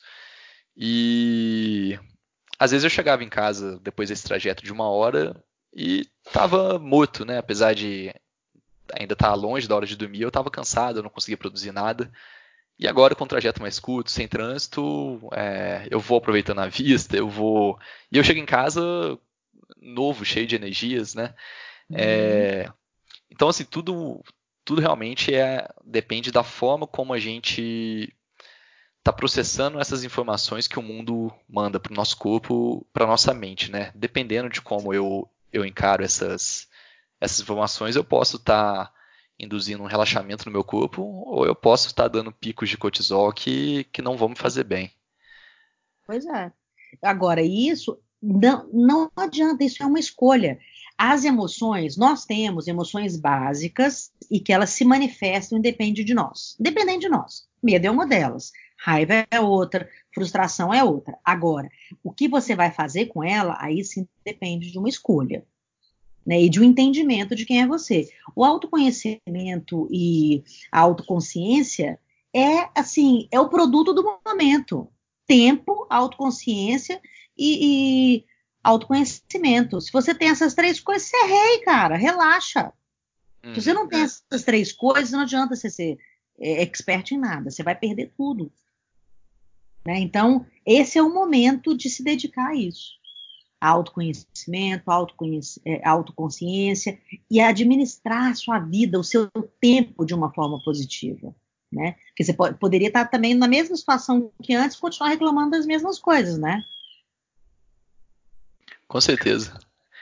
E às vezes eu chegava em casa depois desse trajeto de uma hora e tava morto, né? Apesar de ainda estar longe da hora de dormir, eu tava cansado, eu não conseguia produzir nada. E agora, com um trajeto mais curto, sem trânsito, eu vou aproveitando a vista, eu vou. E eu chego em casa novo, cheio de energias, né? É, Então, assim, tudo realmente depende da forma como a gente está processando essas informações que o mundo manda para o nosso corpo, para nossa mente, né? Dependendo de como eu encaro essas informações, eu posso estar induzindo um relaxamento no meu corpo, ou eu posso estar dando picos de cortisol que não vão me fazer bem. Pois é. Agora, isso não adianta, isso é uma escolha. As emoções, nós temos emoções básicas e que elas se manifestam independente de nós. Independente de nós. Medo é uma delas, raiva é outra, frustração é outra. Agora, o que você vai fazer com ela, aí sim depende de uma escolha. Né, e de um entendimento de quem é você. O autoconhecimento e a autoconsciência é o produto do momento. Tempo, autoconsciência e autoconhecimento. Se você tem essas três coisas, você é rei, cara. Relaxa. Se você Uhum. não tem essas três coisas, não adianta você ser expert em nada. Você vai perder tudo. Né? Então, esse é o momento de se dedicar a isso. Autoconhecimento, autoconsciência e administrar a sua vida, o seu tempo de uma forma positiva. Né? Porque você poderia estar também na mesma situação que antes, continuar reclamando das mesmas coisas, né? Com certeza.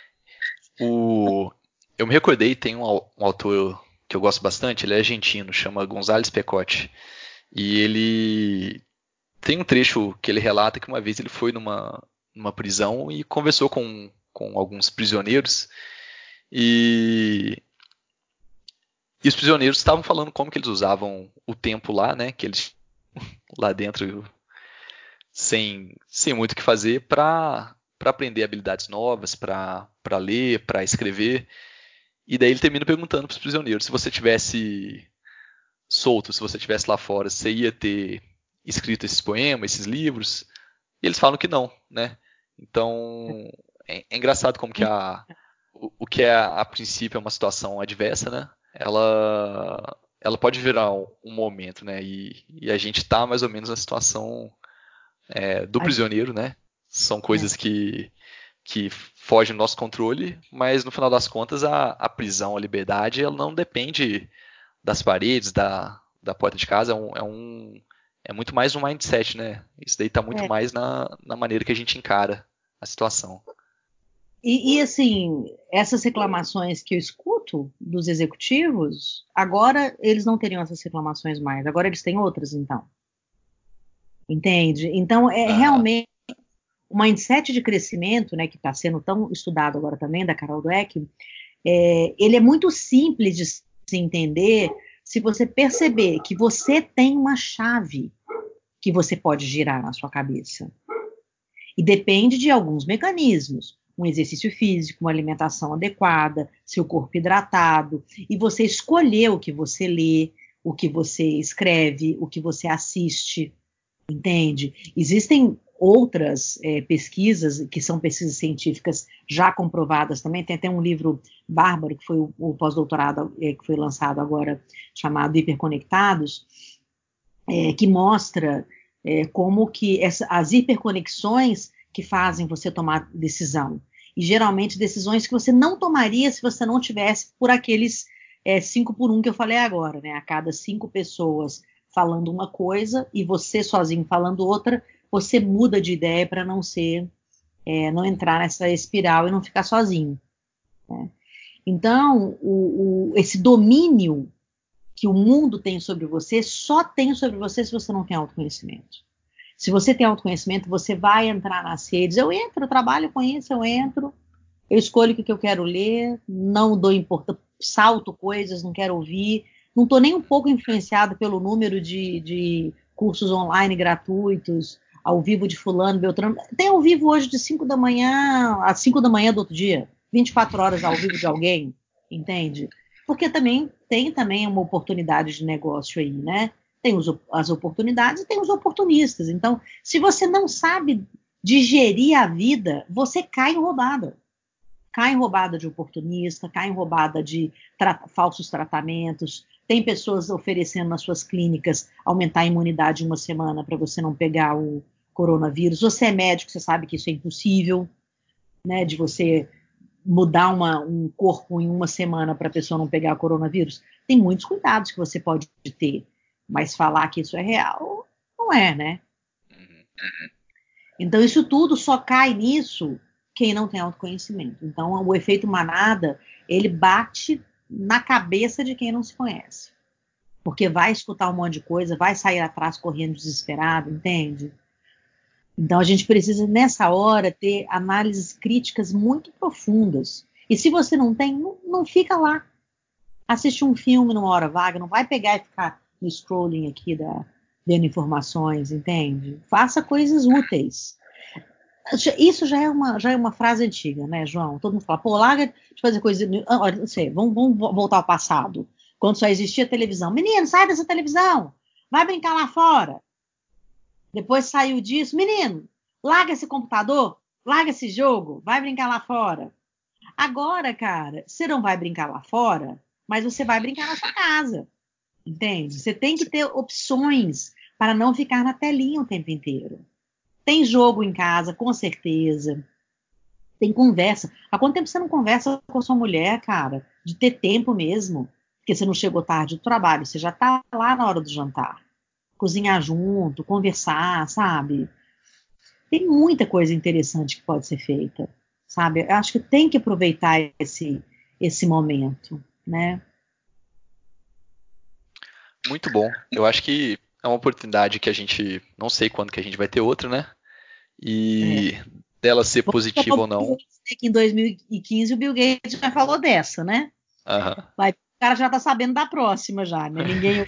Eu me recordei, tem um autor que eu gosto bastante, ele é argentino, chama González Pecotti. E ele tem um trecho que ele relata que uma vez ele foi numa prisão e conversou com alguns prisioneiros. E, e os prisioneiros estavam falando como que eles usavam o tempo lá, né? Que eles lá dentro sem muito o que fazer para aprender habilidades novas, para ler, para escrever. E daí ele termina perguntando para os prisioneiros se você tivesse solto, se você tivesse lá fora, você ia ter escrito esses poemas, esses livros? E eles falam que não, né? Então é engraçado como que o que é a princípio é uma situação adversa, né? Ela pode virar um momento, né? E a gente tá mais ou menos na situação do prisioneiro, né? São coisas que fogem do nosso controle, mas no final das contas a prisão, a liberdade, ela não depende das paredes, da porta de casa, é muito mais um mindset, né? Isso daí tá muito mais na maneira que a gente encara a situação. Assim, essas reclamações que eu escuto dos executivos, agora eles não teriam essas reclamações mais, agora eles têm outras, então. Entende? Então, Aham. realmente o mindset de crescimento, né, que está sendo tão estudado agora também, da Carol Dweck, ele é muito simples de se entender se você perceber que você tem uma chave que você pode girar na sua cabeça. E depende de alguns mecanismos. Um exercício físico, uma alimentação adequada, seu corpo hidratado, e você escolher o que você lê, o que você escreve, o que você assiste, entende? Existem outras pesquisas, que são pesquisas científicas já comprovadas também. Tem até um livro bárbaro, que foi o pós-doutorado que foi lançado agora, chamado Hiperconectados, que mostra como que as hiperconexões que fazem você tomar decisão. E geralmente decisões que você não tomaria se você não tivesse por aqueles 5 por 1 que eu falei agora, né? A cada 5 pessoas falando uma coisa e você sozinho falando outra, você muda de ideia para não entrar nessa espiral e não ficar sozinho, né? Então, esse domínio que o mundo tem sobre você, só tem sobre você se você não tem autoconhecimento. Se você tem autoconhecimento, você vai entrar nas redes. Eu trabalho com isso, eu entro, eu escolho o que eu quero ler, não dou importância, salto coisas, não quero ouvir, não estou nem um pouco influenciado pelo número de cursos online gratuitos, ao vivo de fulano, Beltrano. Tem ao vivo hoje de 5 da manhã às 5 da manhã do outro dia, 24 horas ao vivo de alguém, entende? Porque tem também uma oportunidade de negócio aí, né? Tem as oportunidades e tem os oportunistas. Então, se você não sabe digerir a vida, você cai em roubada. Cai em roubada de oportunista, cai em roubada de falsos tratamentos. Tem pessoas oferecendo nas suas clínicas aumentar a imunidade em uma semana para você não pegar o coronavírus. Você é médico, você sabe que isso é impossível, né? De você mudar um corpo em uma semana para a pessoa não pegar o coronavírus. Tem muitos cuidados que você pode ter, mas falar que isso é real, não é, né? Então, isso tudo só cai nisso quem não tem autoconhecimento. Então, o efeito manada, ele bate na cabeça de quem não se conhece. Porque vai escutar um monte de coisa, vai sair atrás correndo desesperado, entende? Então, a gente precisa, nessa hora, ter análises críticas muito profundas. E se você não tem, não fica lá. Assiste um filme numa hora vaga, não vai pegar e ficar no scrolling aqui, vendo informações, entende? Faça coisas úteis. Isso já é uma frase antiga, né, João? Todo mundo fala, pô, larga de fazer coisas... Olha, não sei, vamos voltar ao passado. Quando só existia televisão. Menino, sai dessa televisão! Vai brincar lá fora! Depois saiu disso. Menino, larga esse computador, larga esse jogo, vai brincar lá fora. Agora, cara, você não vai brincar lá fora, mas você vai brincar na sua casa. Entende? Você tem que ter opções para não ficar na telinha o tempo inteiro. Tem jogo em casa, com certeza. Tem conversa. Há quanto tempo você não conversa com a sua mulher, cara? De ter tempo mesmo. Porque você não chegou tarde do trabalho, você já está lá na hora do jantar. Cozinhar junto, conversar, sabe? Tem muita coisa interessante que pode ser feita, sabe? Eu acho que tem que aproveitar esse momento, né? Muito bom. Eu acho que é uma oportunidade que a gente não sei quando que a gente vai ter outra, né? E dela ser positiva ou não. Que em 2015 o Bill Gates já falou dessa, né? Aham. Mas o cara já tá sabendo da próxima já, né? Ninguém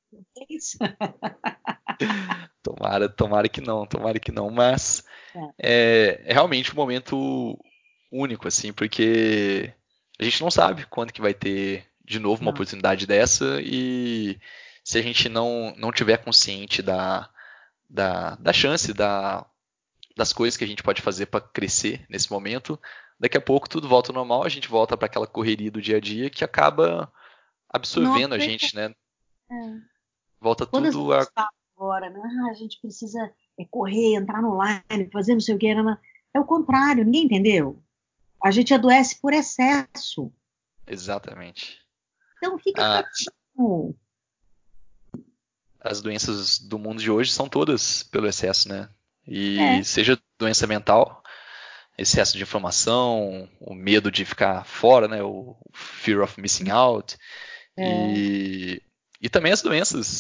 Tomara que não, mas é realmente um momento único, assim, porque a gente não sabe quando que vai ter de novo uma não. oportunidade dessa e se a gente não tiver consciente da chance, das coisas que a gente pode fazer para crescer nesse momento, daqui a pouco tudo volta ao normal, a gente volta para aquela correria do dia a dia que acaba absorvendo a gente, né? Volta Quando as tudo a... pessoas falam agora, né? A gente precisa correr, entrar no online, fazer não sei o que, é o contrário, ninguém entendeu? A gente adoece por excesso. Exatamente. Então fica quietinho. As doenças do mundo de hoje são todas pelo excesso, né? E É. seja doença mental, excesso de informação, o medo de ficar fora, né? O fear of missing out. É. E também as doenças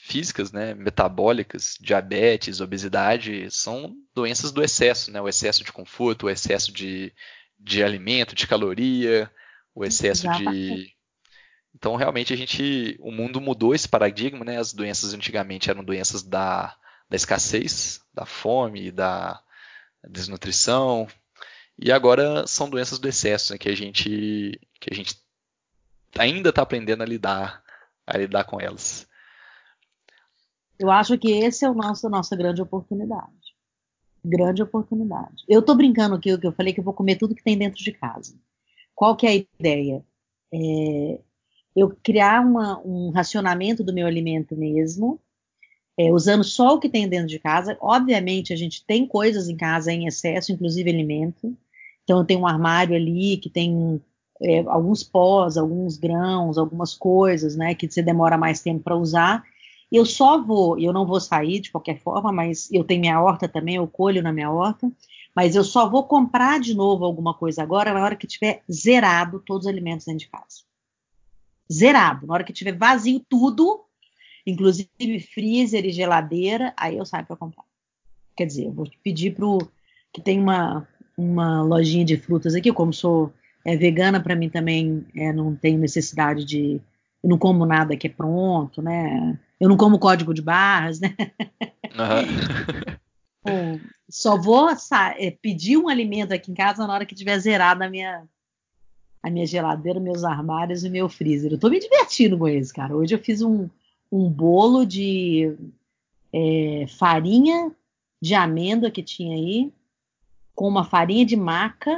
físicas, né, metabólicas, diabetes, obesidade, são doenças do excesso, né, o excesso de conforto, o excesso de alimento, de caloria, o excesso Exatamente. de... Então, realmente, o mundo mudou esse paradigma, né, as doenças antigamente eram doenças da escassez, da fome, da desnutrição, e agora são doenças do excesso, né, que a gente ainda está aprendendo a lidar com elas. Eu acho que esse é nossa grande oportunidade. Grande oportunidade. Eu tô brincando aqui, o que eu falei que eu vou comer tudo que tem dentro de casa. Qual que é a ideia? Eu criar um racionamento do meu alimento mesmo, usando só o que tem dentro de casa. Obviamente, a gente tem coisas em casa em excesso, inclusive alimento. Então, eu tenho um armário ali que tem alguns pós, alguns grãos, algumas coisas, né, que você demora mais tempo para usar. Eu não vou sair de qualquer forma, mas eu tenho minha horta também, eu colho na minha horta, mas eu só vou comprar de novo alguma coisa agora na hora que tiver zerado todos os alimentos dentro de casa. Zerado. Na hora que tiver vazio tudo, inclusive freezer e geladeira, aí eu saio para comprar. Quer dizer, eu vou pedir que tem uma lojinha de frutas aqui, como sou vegana, para mim também não tenho necessidade eu não como nada que é pronto, né? Eu não como código de barras, né? Uhum. Bom, só vou pedir um alimento aqui em casa na hora que tiver zerado a minha geladeira, meus armários e meu freezer. Eu tô me divertindo com isso, cara. Hoje eu fiz um bolo de farinha de amêndoa que tinha aí, com uma farinha de maca,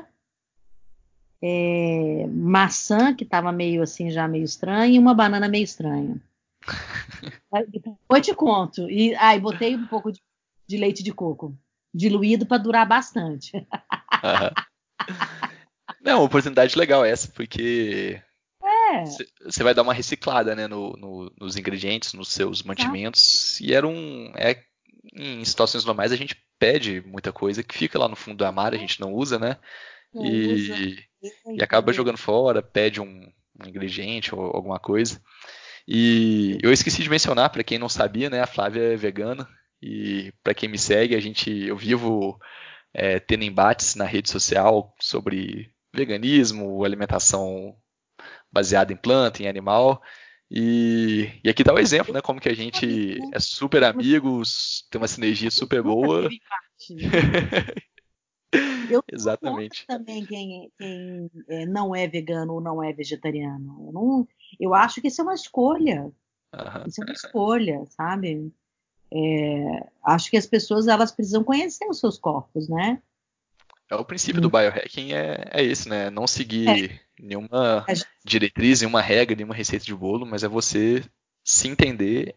maçã, que estava meio assim, já meio estranha, e uma banana meio estranha. Depois eu te conto. Botei um pouco de leite de coco, diluído para durar bastante. Uhum. Não, oportunidade legal essa, porque É, você vai dar uma reciclada, né, nos ingredientes, nos seus exato. mantimentos. E em situações normais a gente pede muita coisa que fica lá no fundo do armário, a gente não usa, né? Não usa, E acaba entendeu? jogando fora, pede um ingrediente ou alguma coisa. E eu esqueci de mencionar, para quem não sabia, né, a Flávia é vegana. E para quem me segue, eu vivo tendo embates na rede social sobre veganismo, alimentação baseada em planta, em animal. E aqui tá o exemplo, né? Como que a gente é super amigos, tem uma sinergia super Nunca boa. teve empate. Eu sou contra Exatamente. também quem não é vegano ou não é vegetariano. Eu acho que isso é uma escolha. Aham. Isso é uma escolha, sabe? Acho que as pessoas elas precisam conhecer os seus corpos, né? É o princípio do biohacking é esse, né? Não É, seguir nenhuma a gente- diretriz, nenhuma regra, nenhuma receita de bolo, mas é você se entender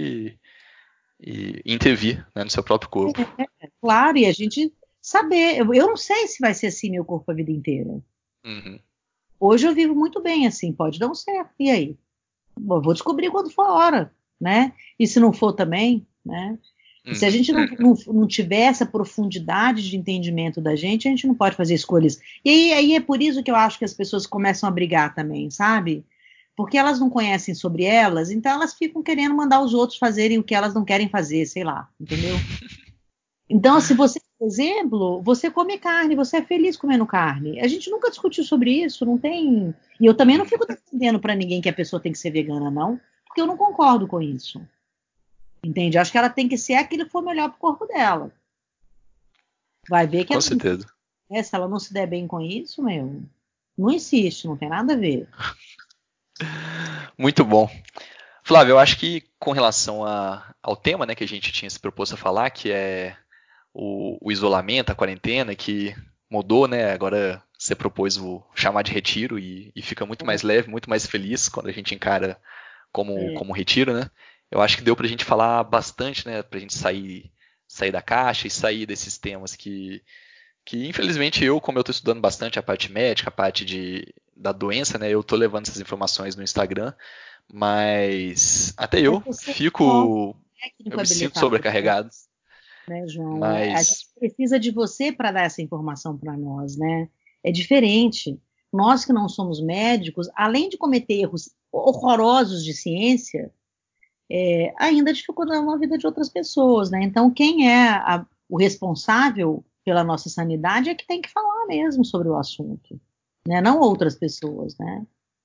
e intervir, né, no seu próprio corpo. claro, e a gente saber. Eu não sei se vai ser assim meu corpo a vida inteira. Uhum. Hoje eu vivo muito bem assim, pode não ser. E aí? Bom, eu vou descobrir quando for a hora, né? E se não for também, né? E se a Uhum. gente não tiver essa profundidade de entendimento da gente, a gente não pode fazer escolhas. E aí é por isso que eu acho que as pessoas começam a brigar também, sabe? Porque elas não conhecem sobre elas, então elas ficam querendo mandar os outros fazerem o que elas não querem fazer, sei lá, entendeu? Então, se você, por exemplo, você come carne, você é feliz comendo carne. A gente nunca discutiu sobre isso, não tem. E eu também não Uhum. fico defendendo para ninguém que a pessoa tem que ser vegana, não, porque eu não concordo com isso. Entende? Eu acho que ela tem que ser aquilo que for melhor para o corpo dela. Vai ver que Com ela, certeza. se ela não se der bem com isso, meu, não insiste, não tem nada a ver. Muito bom. Flávio, eu acho que com relação ao tema, né, que a gente tinha se proposto a falar, que é o isolamento, a quarentena, que mudou, né? Agora você propôs o chamar de retiro e fica muito mais leve, muito mais feliz quando a gente encara É, como retiro, né? Eu acho que deu pra gente falar bastante, né? Pra gente sair da caixa e sair desses temas que infelizmente como eu tô estudando bastante a parte médica, a parte da doença, né? Eu tô levando essas informações no Instagram, mas até mas eu você não é eu técnico me sinto habilitado, sobrecarregado, né, João? A gente mas precisa de você para dar essa informação para nós, né? É diferente. Nós que não somos médicos, além de cometer erros horrorosos de ciência, ainda dificultando a vida de outras pessoas, né? Então, quem é o responsável pela nossa sanidade é que tem que falar mesmo sobre o assunto, né? Não outras pessoas, né?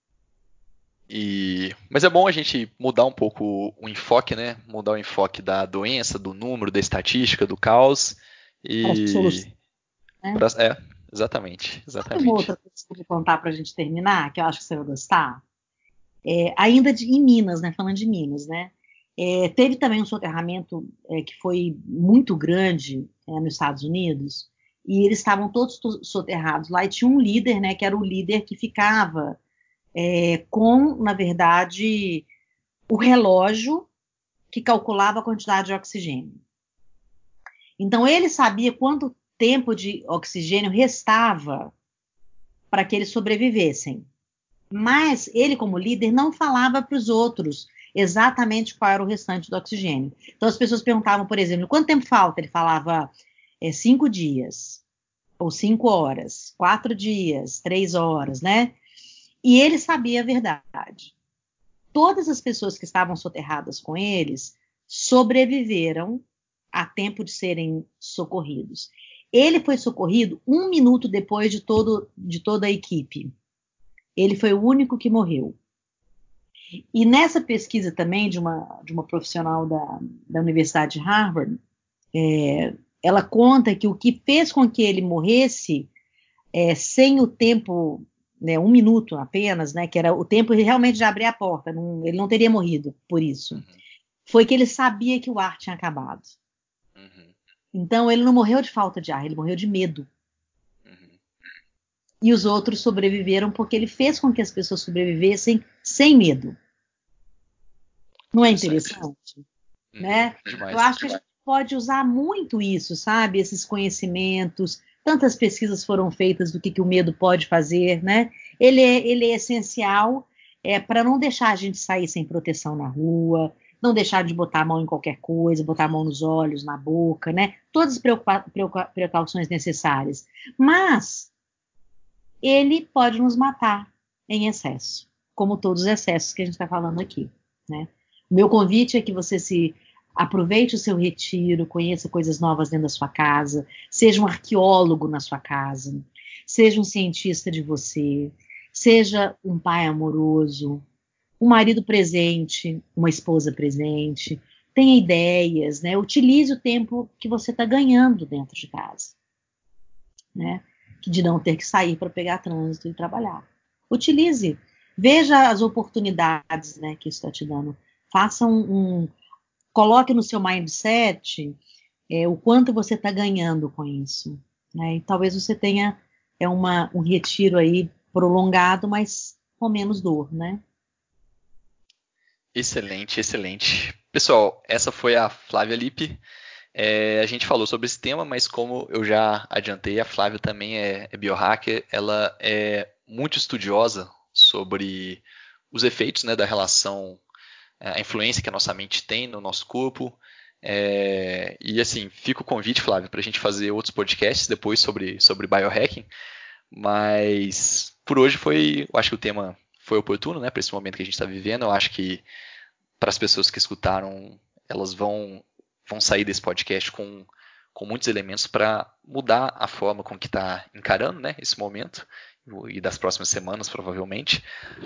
Mas é bom a gente mudar um pouco o enfoque, né? Mudar o enfoque da doença, do número, da estatística, do caos. Para as E. soluções, né? Exatamente, Sabe uma exatamente. outra coisa que eu vou contar para a gente terminar, que eu acho que você vai gostar? Ainda em Minas, né? Falando de Minas, né? Teve também um soterramento que foi muito grande nos Estados Unidos, e eles estavam todos soterrados lá, e tinha um líder, né? Que era o líder que ficava com, na verdade, o relógio que calculava a quantidade de oxigênio. Então, ele sabia quanto tempo de oxigênio restava para que eles sobrevivessem. Mas ele, como líder, não falava para os outros exatamente qual era o restante do oxigênio. Então, as pessoas perguntavam, por exemplo, quanto tempo falta? Ele falava 5 dias, ou 5 horas, 4 dias, 3 horas, né? E ele sabia a verdade. Todas as pessoas que estavam soterradas com eles sobreviveram a tempo de serem socorridos. Ele foi socorrido 1 minuto depois de toda a equipe. Ele foi o único que morreu. E nessa pesquisa também de uma profissional da Universidade de Harvard, ela conta que o que fez com que ele morresse sem o tempo, né, 1 minuto apenas, né, que era o tempo realmente de abrir a porta, ele não teria morrido por isso, foi que ele sabia que o ar tinha acabado. Então ele não morreu de falta de ar, ele morreu de medo. E os outros sobreviveram porque ele fez com que as pessoas sobrevivessem sem medo. Não é interessante? Né? Demais. Eu acho que a gente pode usar muito isso, sabe? Esses conhecimentos. Tantas pesquisas foram feitas do que o medo pode fazer, né? Ele é essencial para não deixar a gente sair sem proteção na rua, não deixar de botar a mão em qualquer coisa, botar a mão nos olhos, na boca, né? Todas as precauções necessárias. Mas ele pode nos matar em excesso, como todos os excessos que a gente está falando aqui, né? O meu convite é que você aproveite o seu retiro, conheça coisas novas dentro da sua casa, seja um arqueólogo na sua casa, seja um cientista de você, seja um pai amoroso, um marido presente, uma esposa presente, tenha ideias, né? Utilize o tempo que você está ganhando dentro de casa, né? De não ter que sair para pegar trânsito e trabalhar. Utilize, veja as oportunidades, né, que isso está te dando. Faça coloque no seu mindset o quanto você está ganhando com isso, né? E talvez você tenha um retiro aí prolongado, mas com menos dor, né? Excelente, excelente. Pessoal, essa foi a Flávia Lippe. A gente falou sobre esse tema, mas como eu já adiantei, a Flávia também é biohacker. Ela é muito estudiosa sobre os efeitos, né, da relação, a influência que a nossa mente tem no nosso corpo. E assim, fica o convite, Flávia, para a gente fazer outros podcasts depois sobre biohacking. Mas por hoje eu acho que o tema foi oportuno, né, para esse momento que a gente está vivendo. Eu acho que para as pessoas que escutaram, elas vão sair desse podcast com muitos elementos para mudar a forma com que está encarando, né, esse momento e das próximas semanas, provavelmente.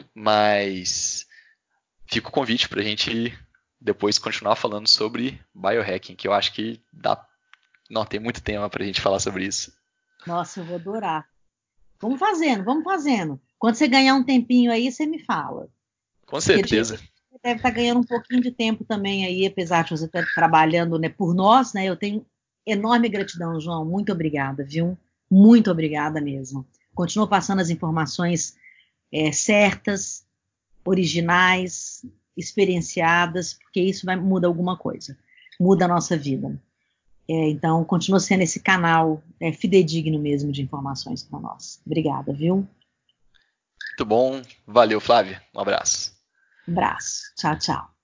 Mas fica o convite para a gente depois continuar falando sobre biohacking, que eu acho que não tem muito tema para a gente falar sobre isso. Nossa, eu vou adorar. Vamos fazendo, vamos fazendo. Quando você ganhar um tempinho aí, você me fala. Com certeza. Você deve estar ganhando um pouquinho de tempo também aí, apesar de você estar trabalhando, né, por nós, né? Eu tenho enorme gratidão, João. Muito obrigada, viu? Muito obrigada mesmo. Continua passando as informações certas, originais, experienciadas, porque isso muda alguma coisa. Muda a nossa vida. Então, continua sendo esse canal fidedigno mesmo de informações para nós. Obrigada, viu? Muito bom. Valeu, Flávia. Um abraço. Abraço. Tchau, tchau.